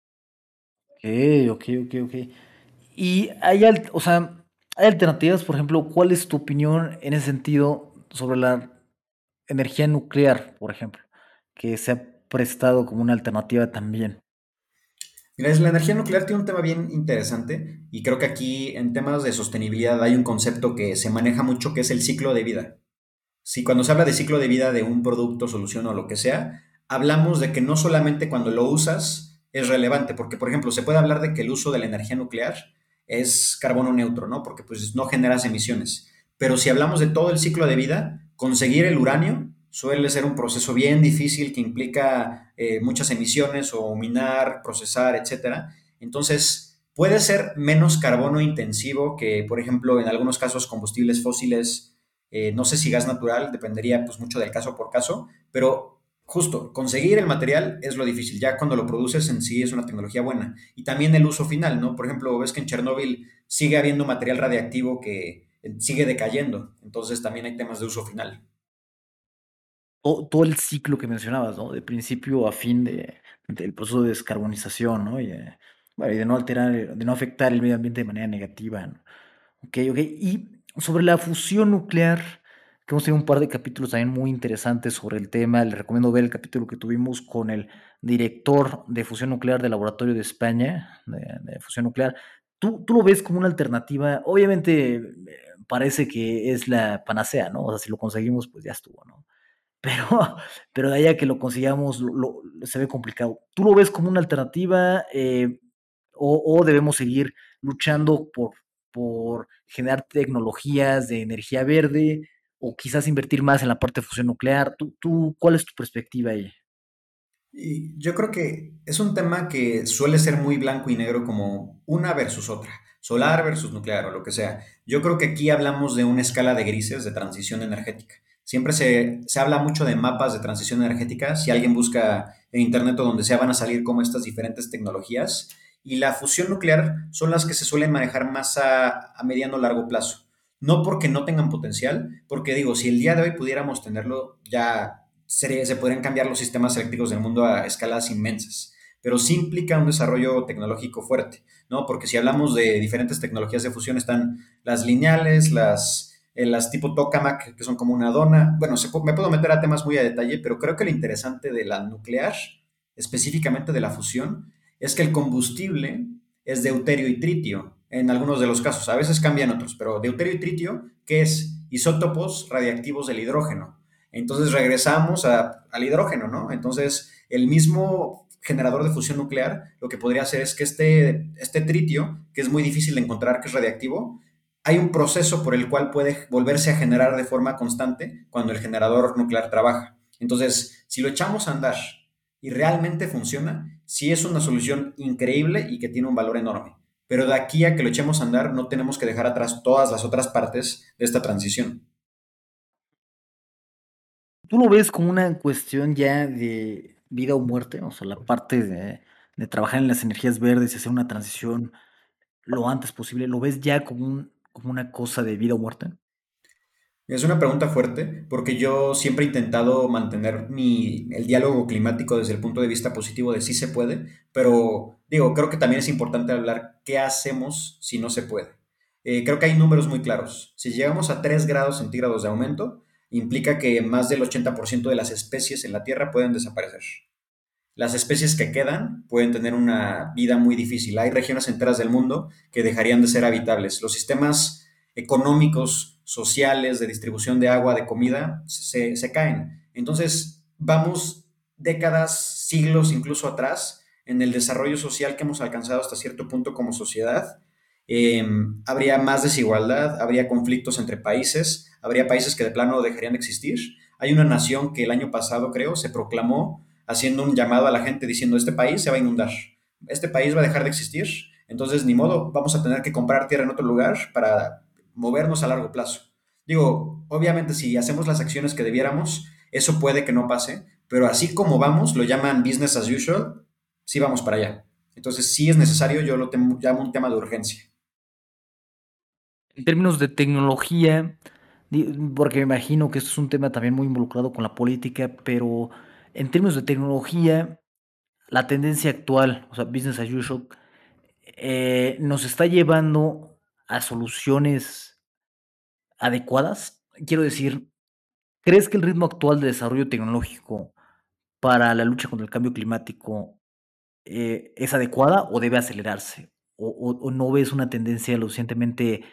Ok. Y o sea, hay alternativas, por ejemplo, ¿cuál es tu opinión en ese sentido sobre la energía nuclear, por ejemplo, que se ha prestado como una alternativa también? Mira, la energía nuclear tiene un tema bien interesante y creo que aquí en temas de sostenibilidad hay un concepto que se maneja mucho que es el ciclo de vida. Si cuando se habla de ciclo de vida de un producto, solución o lo que sea, hablamos de que no solamente cuando lo usas es relevante, porque por ejemplo se puede hablar de que el uso de la energía nuclear es carbono neutro, ¿no? Porque pues no generas emisiones. Pero si hablamos de todo el ciclo de vida, conseguir el uranio suele ser un proceso bien difícil que implica muchas emisiones o minar, procesar, etcétera. Entonces, puede ser menos carbono intensivo que, por ejemplo, en algunos casos combustibles fósiles, no sé si gas natural, dependería pues mucho del caso por caso, pero justo, conseguir el material es lo difícil, ya cuando lo produces en sí es una tecnología buena. Y también el uso final, ¿no? Por ejemplo, ves que en Chernóbil sigue habiendo material radiactivo que sigue decayendo, entonces también hay temas de uso final. Todo el ciclo que mencionabas, ¿no? De principio a fin del proceso de descarbonización, ¿no? Bueno, y de no alterar, de no afectar el medio ambiente de manera negativa, ¿no? Ok. Y sobre la fusión nuclear, que hemos tenido un par de capítulos también muy interesantes sobre el tema. Les recomiendo ver el capítulo que tuvimos con el director de fusión nuclear del Laboratorio de España, de fusión nuclear. ¿Tú lo ves como una alternativa? Obviamente parece que es la panacea, ¿no? O sea, si lo conseguimos, pues ya estuvo, ¿no? Pero, pero de ahí a que lo consigamos, se ve complicado. ¿Tú lo ves como una alternativa o debemos seguir luchando por generar tecnologías de energía verde o quizás invertir más en la parte de fusión nuclear? ¿Cuál es tu perspectiva ahí? Y yo creo que es un tema que suele ser muy blanco y negro como una versus otra, solar versus nuclear o lo que sea. Yo creo que aquí hablamos de una escala de grises de transición energética. Siempre se habla mucho de mapas de transición energética. Si alguien busca en internet o donde sea, van a salir como estas diferentes tecnologías. Y la fusión nuclear son las que se suelen manejar más a mediano o largo plazo. No porque no tengan potencial, porque digo, si el día de hoy pudiéramos tenerlo, ya se podrían cambiar los sistemas eléctricos del mundo a escalas inmensas, pero sí implica un desarrollo tecnológico fuerte, ¿no? Porque si hablamos de diferentes tecnologías de fusión, están las lineales, las tipo tokamak, que son como una dona. Bueno, me puedo meter a temas muy a detalle, pero creo que lo interesante de la nuclear, específicamente de la fusión, es que el combustible es deuterio y tritio, en algunos de los casos, a veces cambian otros, pero deuterio y tritio, que es isótopos radiactivos del hidrógeno. Entonces regresamos al hidrógeno, ¿no? Entonces el mismo generador de fusión nuclear lo que podría hacer es que este tritio, que es muy difícil de encontrar, que es radiactivo, hay un proceso por el cual puede volverse a generar de forma constante cuando el generador nuclear trabaja. Entonces, si lo echamos a andar y realmente funciona, sí es una solución increíble y que tiene un valor enorme. Pero de aquí a que lo echemos a andar, no tenemos que dejar atrás todas las otras partes de esta transición. ¿Tú lo ves como una cuestión ya de vida o muerte? O sea, la parte de trabajar en las energías verdes y hacer una transición lo antes posible, ¿lo ves ya como como una cosa de vida o muerte? Es una pregunta fuerte porque yo siempre he intentado mantener el diálogo climático desde el punto de vista positivo de sí se puede, pero digo, creo que también es importante hablar qué hacemos si no se puede. Creo que hay números muy claros. Si llegamos a 3 grados centígrados de aumento, implica que más del 80% de las especies en la Tierra pueden desaparecer. Las especies que quedan pueden tener una vida muy difícil. Hay regiones enteras del mundo que dejarían de ser habitables. Los sistemas económicos, sociales, de distribución de agua, de comida, se caen. Entonces, vamos décadas, siglos incluso atrás en el desarrollo social que hemos alcanzado hasta cierto punto como sociedad. Eh, Habría más desigualdad, habría conflictos entre países, habría países que de plano dejarían de existir. Hay una nación que el año pasado, creo, se proclamó haciendo un llamado a la gente diciendo, este país se va a inundar, este país va a dejar de existir, entonces ni modo, vamos a tener que comprar tierra en otro lugar para movernos a largo plazo. Digo, obviamente si hacemos las acciones que debiéramos, eso puede que no pase, pero así como vamos, lo llaman business as usual, sí vamos para allá. Entonces sí es necesario, yo llamo un tema de urgencia. En términos de tecnología, porque me imagino que esto es un tema también muy involucrado con la política, pero en términos de tecnología, la tendencia actual, o sea, business as usual, nos está llevando a soluciones adecuadas. Quiero decir, ¿crees que el ritmo actual de desarrollo tecnológico para la lucha contra el cambio climático es adecuada o debe acelerarse? O no ves una tendencia lo suficientemente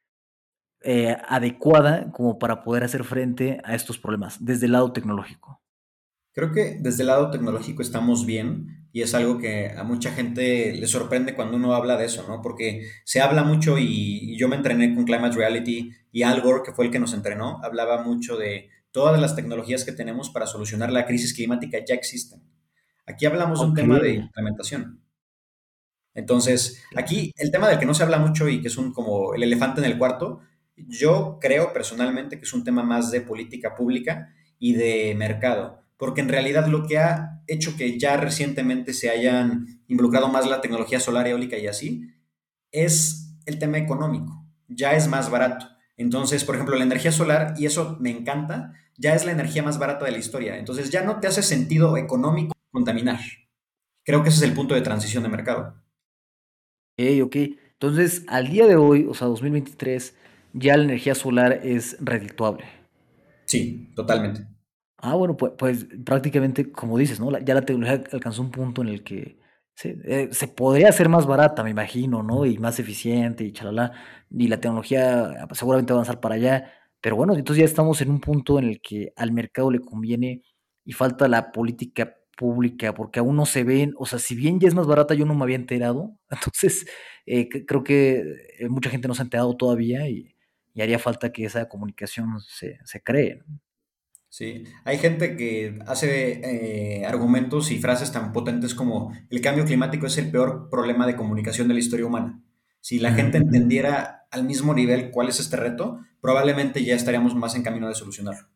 adecuada como para poder hacer frente a estos problemas desde el lado tecnológico? Creo que desde el lado tecnológico estamos bien y es algo que a mucha gente le sorprende cuando uno habla de eso, ¿no? Porque se habla mucho y yo me entrené con Climate Reality y Al Gore, que fue el que nos entrenó, hablaba mucho de todas las tecnologías que tenemos para solucionar la crisis climática ya existen. Aquí hablamos de un Ok, tema de implementación. Entonces, aquí el tema del que no se habla mucho y que es como el elefante en el cuarto, yo creo personalmente que es un tema más de política pública y de mercado, porque en realidad lo que ha hecho que ya recientemente se hayan involucrado más la tecnología solar, eólica y así, es el tema económico, ya es más barato. Entonces, por ejemplo, la energía solar, y eso me encanta, ya es la energía más barata de la historia. Entonces, ya no te hace sentido económico contaminar. Creo que ese es el punto de transición de mercado. ok. Entonces, al día de hoy, o sea, 2023, ya la energía solar es redituable. Sí, totalmente. Bueno, pues prácticamente, como dices, ¿no? Ya la tecnología alcanzó un punto en el que se podría hacer más barata, me imagino, ¿no? Y más eficiente y chalala. Y la tecnología seguramente va a avanzar para allá. Pero bueno, entonces ya estamos en un punto en el que al mercado le conviene y falta la política pública, porque aún no se ven, o sea, si bien ya es más barata, yo no me había enterado. Entonces, creo que mucha gente no se ha enterado todavía y haría falta que esa comunicación se cree, ¿no? Sí, hay gente que hace argumentos y frases tan potentes como el cambio climático es el peor problema de comunicación de la historia humana. Si la gente Mm. entendiera al mismo nivel cuál es este reto, probablemente ya estaríamos más en camino de solucionarlo.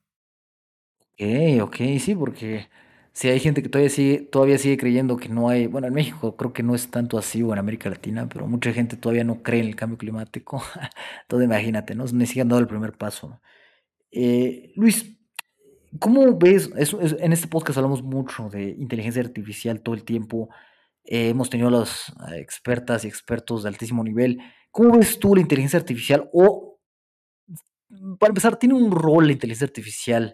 Sí, porque si hay gente que todavía sigue creyendo que no hay, bueno, en México creo que no es tanto así, o en América Latina, pero mucha gente todavía no cree en el cambio climático. Entonces imagínate, ¿no? Ni siquiera han dado el primer paso, ¿no? Luis, ¿cómo ves? En este podcast hablamos mucho de inteligencia artificial todo el tiempo. Hemos tenido a las expertas y expertos de altísimo nivel. ¿Cómo ves tú la inteligencia artificial? O, para empezar, ¿tiene un rol la inteligencia artificial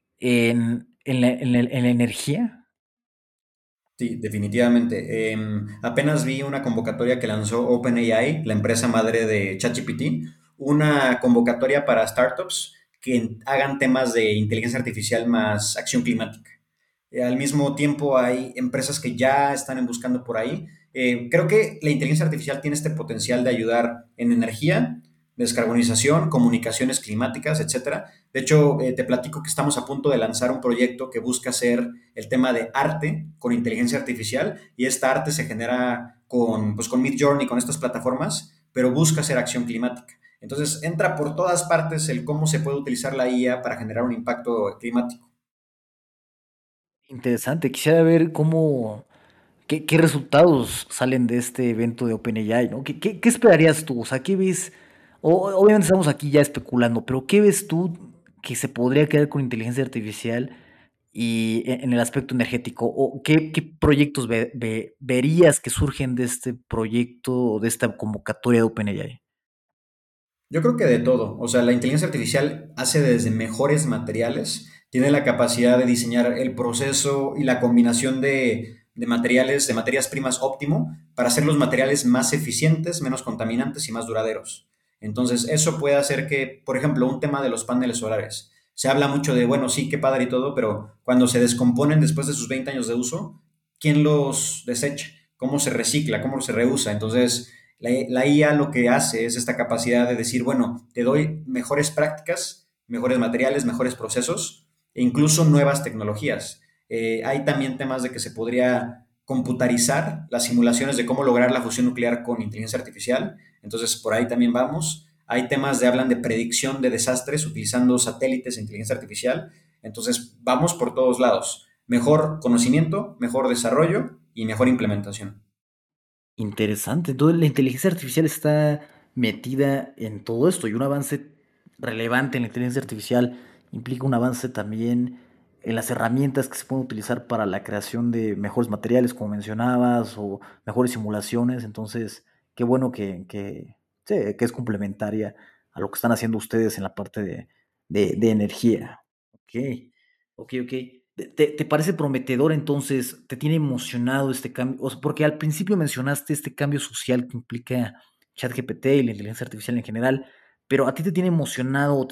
en la energía? Sí, definitivamente. Apenas vi una convocatoria que lanzó OpenAI, la empresa madre de ChatGPT, una convocatoria para startups que hagan temas de inteligencia artificial más acción climática. Al mismo tiempo hay empresas que ya están buscando por ahí. Creo que la inteligencia artificial tiene este potencial de ayudar en energía, descarbonización, comunicaciones climáticas, etcétera. De hecho, te platico que estamos a punto de lanzar un proyecto que busca hacer el tema de arte con inteligencia artificial y esta arte se genera con Midjourney, con estas plataformas, pero busca hacer acción climática. Entonces, entra por todas partes el cómo se puede utilizar la IA para generar un impacto climático. Interesante, quisiera ver qué resultados salen de este evento de OpenAI, ¿no? ¿Qué esperarías tú? O sea, ¿qué ves? Obviamente estamos aquí ya especulando, pero ¿qué ves tú que se podría crear con inteligencia artificial y en el aspecto energético? ¿O qué proyectos verías que surgen de este proyecto o de esta convocatoria de OpenAI? Yo creo que de todo. O sea, la inteligencia artificial hace desde mejores materiales, tiene la capacidad de diseñar el proceso y la combinación de materiales, de materias primas óptimo para hacer los materiales más eficientes, menos contaminantes y más duraderos. Entonces, eso puede hacer que, por ejemplo, un tema de los paneles solares. Se habla mucho de, bueno, sí, qué padre y todo, pero cuando se descomponen después de sus 20 años de uso, ¿quién los desecha? ¿Cómo se recicla? ¿Cómo se reusa? Entonces, la IA lo que hace es esta capacidad de decir, bueno, te doy mejores prácticas, mejores materiales, mejores procesos e incluso nuevas tecnologías. Hay también temas de que se podría computarizar las simulaciones de cómo lograr la fusión nuclear con inteligencia artificial. Entonces, por ahí también vamos. Hay temas de hablan de predicción de desastres utilizando satélites e inteligencia artificial. Entonces, vamos por todos lados. Mejor conocimiento, mejor desarrollo y mejor implementación. Interesante. Entonces, la inteligencia artificial está metida en todo esto y un avance relevante en la inteligencia artificial implica un avance también en las herramientas que se pueden utilizar para la creación de mejores materiales, como mencionabas, o mejores simulaciones. Entonces, qué bueno sí, que es complementaria a lo que están haciendo ustedes en la parte de energía. Ok, ok. ¿Te parece prometedor entonces? ¿Te tiene emocionado este cambio? O sea, porque al principio mencionaste este cambio social que implica ChatGPT y la inteligencia artificial en general, pero ¿a ti te tiene emocionado o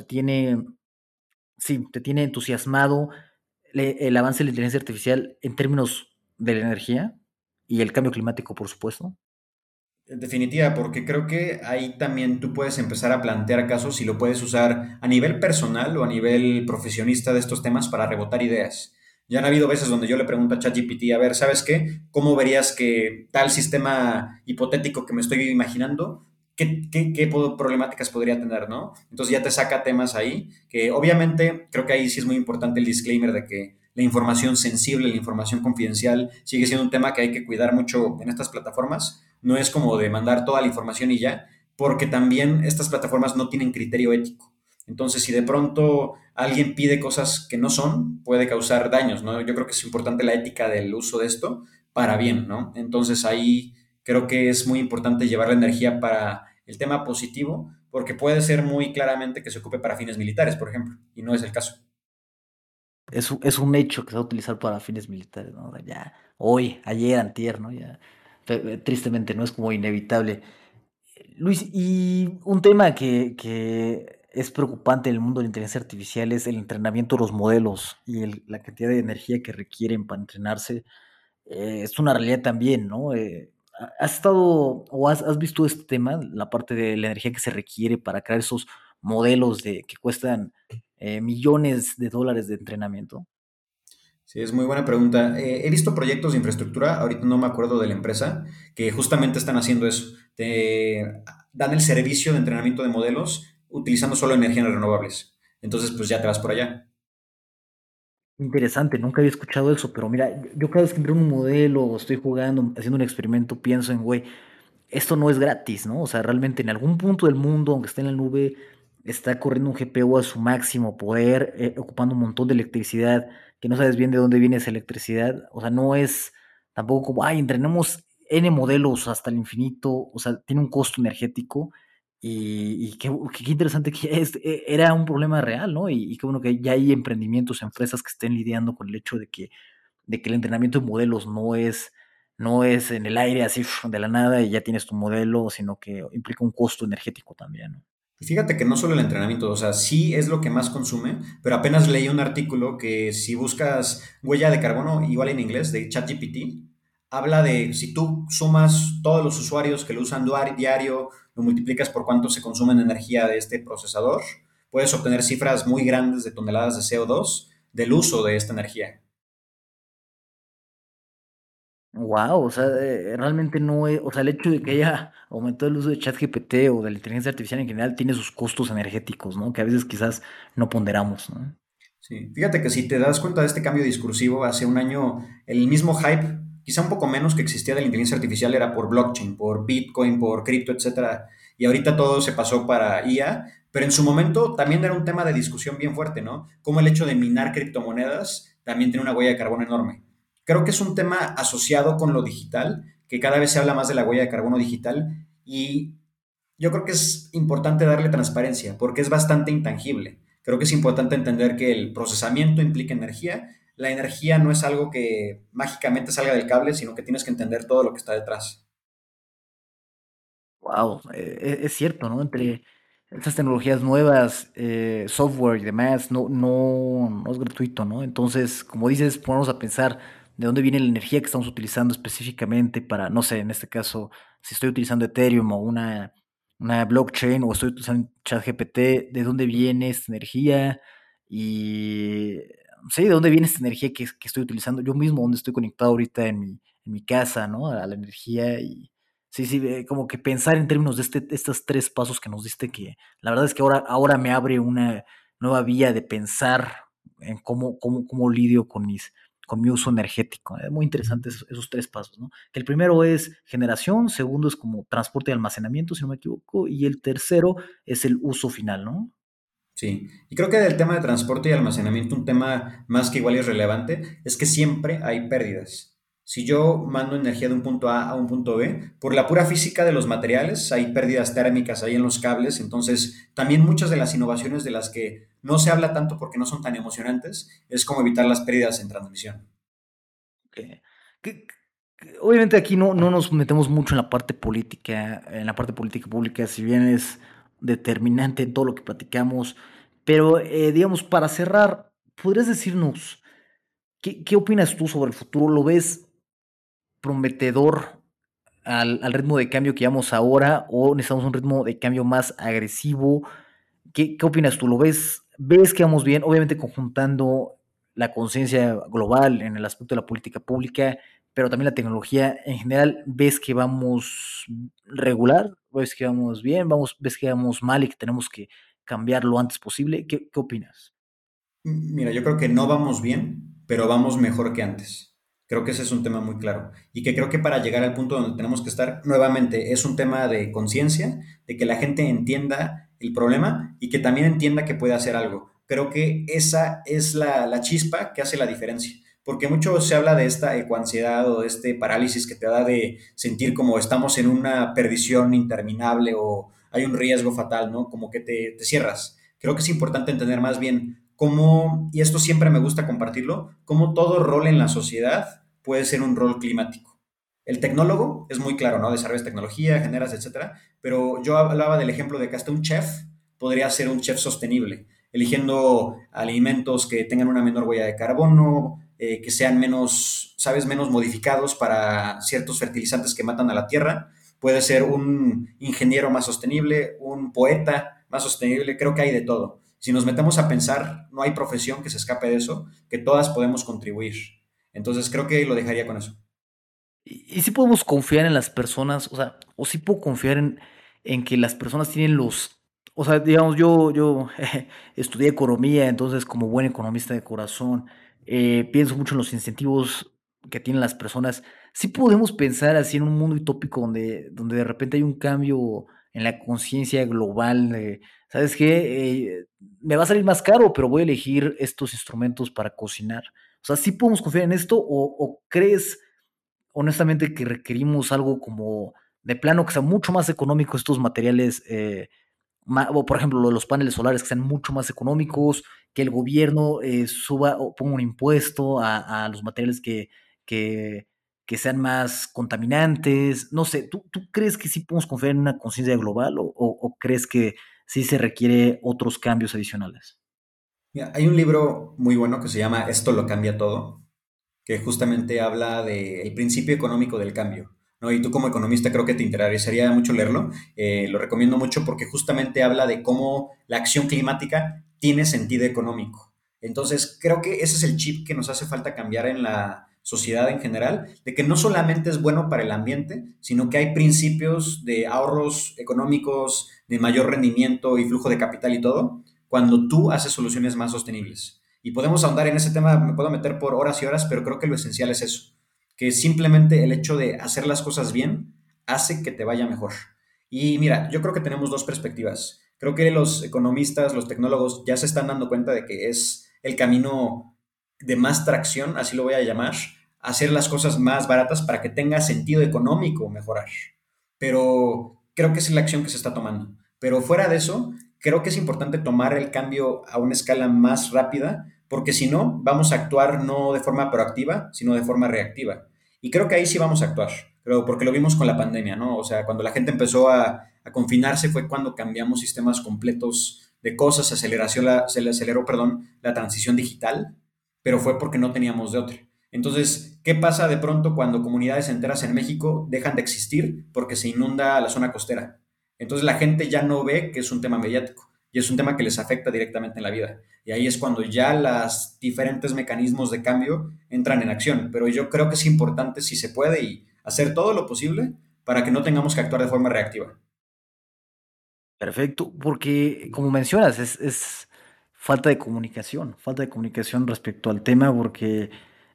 sí, te tiene entusiasmado el avance de la inteligencia artificial en términos de la energía y el cambio climático, por supuesto? En definitiva, porque creo que ahí también tú puedes empezar a plantear casos y lo puedes usar a nivel personal o a nivel profesionista de estos temas para rebotar ideas. Ya han habido veces donde yo le pregunto a ChatGPT, a ver, ¿sabes qué? ¿Cómo verías que tal sistema hipotético que me estoy imaginando, problemáticas podría tener, ¿no? Entonces ya te saca temas ahí, que obviamente creo que ahí sí es muy importante el disclaimer de que la información sensible, la información confidencial sigue siendo un tema que hay que cuidar mucho en estas plataformas. No es como de mandar toda la información y ya, porque también estas plataformas no tienen criterio ético. Entonces, si de pronto alguien pide cosas que no son, puede causar daños, ¿no? Yo creo que es importante la ética del uso de esto para bien, ¿no? Entonces ahí creo que es muy importante llevar la energía para el tema positivo, porque puede ser muy claramente que se ocupe para fines militares, por ejemplo, y no es el caso. Es un hecho que se va a utilizar para fines militares, ¿no? O sea, ya hoy, ayer, antier, ¿no? Ya, tristemente, ¿no? Es como inevitable. Luis, y un tema que es preocupante en el mundo de la inteligencia artificial es el entrenamiento de los modelos y la cantidad de energía que requieren para entrenarse. Es una realidad también, ¿no? ¿Has estado o has visto este tema, la parte de la energía que se requiere para crear esos modelos que cuestan millones de dólares de entrenamiento? Sí, es muy buena pregunta. He visto proyectos de infraestructura, ahorita no me acuerdo de la empresa, que justamente están haciendo eso. Te dan el servicio de entrenamiento de modelos utilizando solo energías renovables. Entonces, pues ya te vas por allá. Interesante, nunca había escuchado eso, pero mira, yo cada vez que entreno un modelo o estoy jugando, haciendo un experimento, pienso en, güey, esto no es gratis, ¿no? O sea, realmente en algún punto del mundo, aunque esté en la nube, está corriendo un GPU a su máximo poder, ocupando un montón de electricidad, que no sabes bien de dónde viene esa electricidad. O sea, no es tampoco como, ay, entrenemos N modelos hasta el infinito. O sea, tiene un costo energético y qué interesante que era un problema real, ¿no? Y qué bueno que ya hay emprendimientos, empresas que estén lidiando con el hecho de que el entrenamiento de modelos no es en el aire así de la nada y ya tienes tu modelo, sino que implica un costo energético también, ¿no? Y fíjate que no solo el entrenamiento, o sea, sí es lo que más consume, pero apenas leí un artículo que si buscas huella de carbono, igual en inglés, de ChatGPT, habla de si tú sumas todos los usuarios que lo usan diario, lo multiplicas por cuánto se consume en energía de este procesador, puedes obtener cifras muy grandes de toneladas de CO2 del uso de esta energía. Wow, o sea, realmente no es, o sea, el hecho de que haya aumentado el uso de ChatGPT o de la inteligencia artificial en general tiene sus costos energéticos, ¿no? Que a veces quizás no ponderamos, ¿no? Sí, fíjate que si te das cuenta de este cambio discursivo, hace un año el mismo hype, quizá un poco menos que existía de la inteligencia artificial era por blockchain, por Bitcoin, por cripto, etcétera. Y ahorita todo se pasó para IA, pero en su momento también era un tema de discusión bien fuerte, ¿no? Como el hecho de minar criptomonedas también tiene una huella de carbono enorme. Creo que es un tema asociado con lo digital, que cada vez se habla más de la huella de carbono digital y yo creo que es importante darle transparencia porque es bastante intangible. Creo que es importante entender que el procesamiento implica energía. La energía no es algo que mágicamente salga del cable, sino que tienes que entender todo lo que está detrás. Wow, es cierto, ¿no? Entre estas tecnologías nuevas, software y demás, no es gratuito, ¿no? Entonces, como dices, ponernos a pensar de dónde viene la energía que estamos utilizando específicamente para, no sé, en este caso, si estoy utilizando Ethereum o una blockchain o estoy utilizando ChatGPT, de dónde viene esta energía y, sí, de dónde viene esta energía que estoy utilizando yo mismo, donde estoy conectado ahorita en mi casa, ¿no? A la energía y sí, sí, como que pensar en términos de estos 3 pasos que nos diste, que la verdad es que ahora me abre una nueva vía de pensar en cómo lidio con mi uso energético. Muy interesantes esos 3 pasos, ¿no? Que el primero es generación, segundo es como transporte y almacenamiento, si no me equivoco, y el tercero es el uso final, ¿no? Sí, y creo que del tema de transporte y almacenamiento, un tema más que igual es relevante, es que siempre hay pérdidas. Si yo mando energía de un punto A un punto B, por la pura física de los materiales, hay pérdidas térmicas ahí en los cables, entonces también muchas de las innovaciones de las que no se habla tanto porque no son tan emocionantes, es como evitar las pérdidas en transmisión. Que obviamente aquí no nos metemos mucho en la parte política pública, si bien es determinante en todo lo que platicamos, pero digamos, para cerrar, ¿podrías decirnos qué opinas tú sobre el futuro? ¿Lo ves prometedor al ritmo de cambio que llevamos ahora o necesitamos un ritmo de cambio más agresivo? ¿Qué opinas tú? ¿Ves que vamos bien? Obviamente conjuntando la conciencia global en el aspecto de la política pública, pero también la tecnología en general. ¿Ves que vamos regular? ¿Ves que vamos bien? ¿Ves que vamos mal y que tenemos que cambiar lo antes posible? ¿Qué opinas? Mira, yo creo que no vamos bien, pero vamos mejor que antes. Creo que ese es un tema muy claro. Y que creo que para llegar al punto donde tenemos que estar, nuevamente, es un tema de conciencia, de que la gente entienda el problema y que también entienda que puede hacer algo. Creo que esa es la chispa que hace la diferencia. Porque mucho se habla de esta ecoansiedad o de este parálisis que te da de sentir como estamos en una perdición interminable o hay un riesgo fatal, ¿no? Como que te cierras. Creo que es importante entender más bien cómo, y esto siempre me gusta compartirlo, cómo todo rol en la sociedad puede ser un rol climático. El tecnólogo es muy claro, ¿no? Desarrollas tecnología, generas, etcétera, pero yo hablaba del ejemplo de que hasta un chef podría ser un chef sostenible, eligiendo alimentos que tengan una menor huella de carbono, que sean menos, sabes, menos modificados para ciertos fertilizantes que matan a la tierra. Puede ser un ingeniero más sostenible, un poeta más sostenible, creo que hay de todo. Si nos metemos a pensar, no hay profesión que se escape de eso, que todas podemos contribuir. Entonces creo que lo dejaría con eso. Y si podemos confiar en las personas, o sea, o si puedo confiar en que las personas tienen o sea, digamos, yo estudié economía, entonces como buen economista de corazón, pienso mucho en los incentivos que tienen las personas. Sí podemos pensar así en un mundo utópico donde de repente hay un cambio en la conciencia global, ¿sabes qué? Me va a salir más caro, pero voy a elegir estos instrumentos para cocinar. O sea, ¿sí podemos confiar en esto o crees honestamente que requerimos algo como de plano que sea mucho más económico estos materiales, o por ejemplo, lo de los paneles solares que sean mucho más económicos, que el gobierno suba o ponga un impuesto a los materiales que que sean más contaminantes. No sé, ¿tú crees que sí podemos confiar en una conciencia global o crees que sí se requiere otros cambios adicionales? Mira, hay un libro muy bueno que se llama Esto lo cambia todo, que justamente habla del principio económico del cambio, ¿no? Y tú como economista creo que te interesaría mucho leerlo. Lo recomiendo mucho porque justamente habla de cómo la acción climática tiene sentido económico. Entonces, creo que ese es el chip que nos hace falta cambiar en la sociedad en general, de que no solamente es bueno para el ambiente, sino que hay principios de ahorros económicos, de mayor rendimiento y flujo de capital y todo, cuando tú haces soluciones más sostenibles. Y podemos ahondar en ese tema, me puedo meter por horas y horas, pero creo que lo esencial es eso, que simplemente el hecho de hacer las cosas bien hace que te vaya mejor. Y mira, yo creo que tenemos dos perspectivas. Creo que los economistas, los tecnólogos ya se están dando cuenta de que es el camino de más tracción, así lo voy a llamar, hacer las cosas más baratas para que tenga sentido económico mejorar. Pero creo que es la acción que se está tomando. Pero fuera de eso, creo que es importante tomar el cambio a una escala más rápida, porque si no, vamos a actuar no de forma proactiva, sino de forma reactiva. Y creo que ahí sí vamos a actuar, creo, porque lo vimos con la pandemia, ¿no? O sea, cuando la gente empezó a confinarse fue cuando cambiamos sistemas completos de cosas, se le aceleró, perdón, la transición digital, pero fue porque no teníamos de otra. Entonces, ¿qué pasa de pronto cuando comunidades enteras en México dejan de existir porque se inunda la zona costera? Entonces la gente ya no ve que es un tema mediático y es un tema que les afecta directamente en la vida. Y ahí es cuando ya los diferentes mecanismos de cambio entran en acción. Pero yo creo que es importante, si se puede, y hacer todo lo posible para que no tengamos que actuar de forma reactiva. Perfecto, porque como mencionas, es falta de comunicación respecto al tema, porque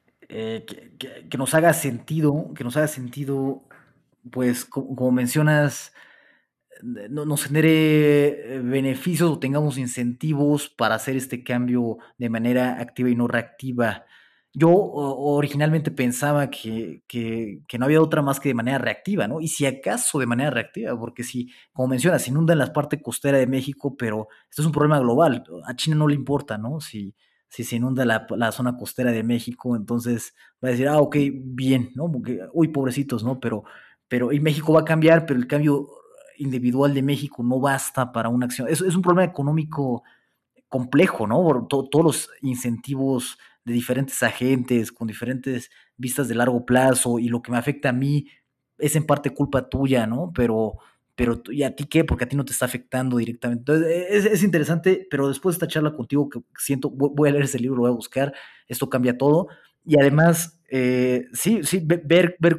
que nos haga sentido, pues como mencionas, nos genere beneficios o tengamos incentivos para hacer este cambio de manera activa y no reactiva. Yo originalmente pensaba que no había otra más que de manera reactiva, ¿no? Y si acaso de manera reactiva, porque si, como mencionas, se inunda en la parte costera de México, pero esto es un problema global, a China no le importa, ¿no? Si se inunda la zona costera de México, entonces va a decir, ah, ok, bien, ¿no? Porque, uy, pobrecitos, ¿no? Y México va a cambiar, pero el cambio individual de México no basta para una acción. Es un problema económico complejo, ¿no? Por todos los incentivos de diferentes agentes, con diferentes vistas de largo plazo, y lo que me afecta a mí es en parte culpa tuya, ¿no? ¿Y a ti qué? Porque a ti no te está afectando directamente. Entonces, es interesante, pero después de esta charla contigo, que siento, voy a leer ese libro, lo voy a buscar, esto cambia todo. Y además, sí, ver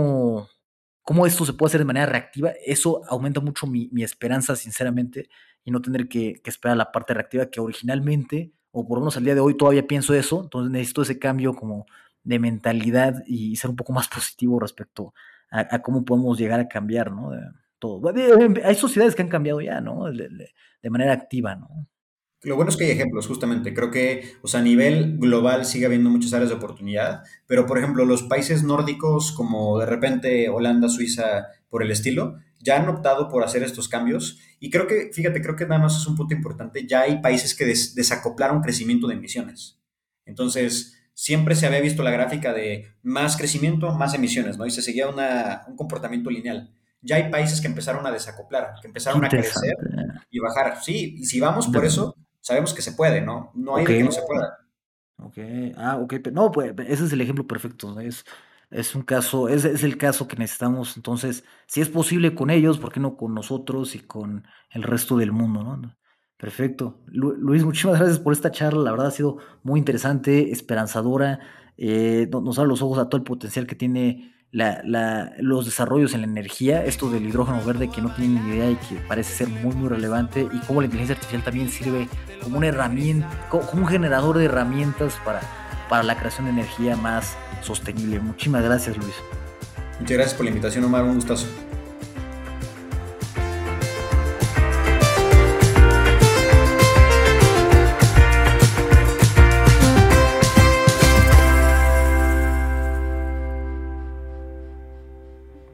cómo esto se puede hacer de manera reactiva, eso aumenta mucho mi esperanza, sinceramente, y no tener que esperar la parte reactiva que originalmente, o por lo menos al día de hoy, todavía pienso eso. Entonces necesito ese cambio como de mentalidad y ser un poco más positivo respecto a cómo podemos llegar a cambiar, ¿no? Todo. Hay sociedades que han cambiado ya, ¿no? De manera activa, ¿no? Lo bueno es que hay ejemplos, justamente. Creo que, o sea, a nivel global sigue habiendo muchas áreas de oportunidad, pero por ejemplo, los países nórdicos, como de repente Holanda, Suiza, por el estilo, ya han optado por hacer estos cambios. Y creo que, fíjate, creo que nada más es un punto importante. Ya hay países que desacoplaron crecimiento de emisiones. Entonces, siempre se había visto la gráfica de más crecimiento, más emisiones, ¿no? Y se seguía un comportamiento lineal. Ya hay países que empezaron a desacoplar, que Qué empezaron a crecer interesante. y bajar. Sí, y si vamos por De- eso, sabemos que se puede, ¿no? No hay ok, de que no se pueda. ok, ok, no, pues ese es el ejemplo perfecto, ¿no? Es un caso, es el caso que necesitamos. Entonces, si es posible con ellos, ¿por qué no con nosotros y con el resto del mundo, ¿no? Perfecto. Luis, muchísimas gracias por esta charla, la verdad ha sido muy interesante, esperanzadora, nos abre los ojos a todo el potencial que tiene los desarrollos en la energía, esto del hidrógeno verde que no tienen ni idea y que parece ser muy, muy relevante, y cómo la inteligencia artificial también sirve como una herramienta, como un generador de herramientas para la creación de energía más sostenible. Muchísimas gracias, Luis. Muchas gracias por la invitación, Omar. Un gustazo.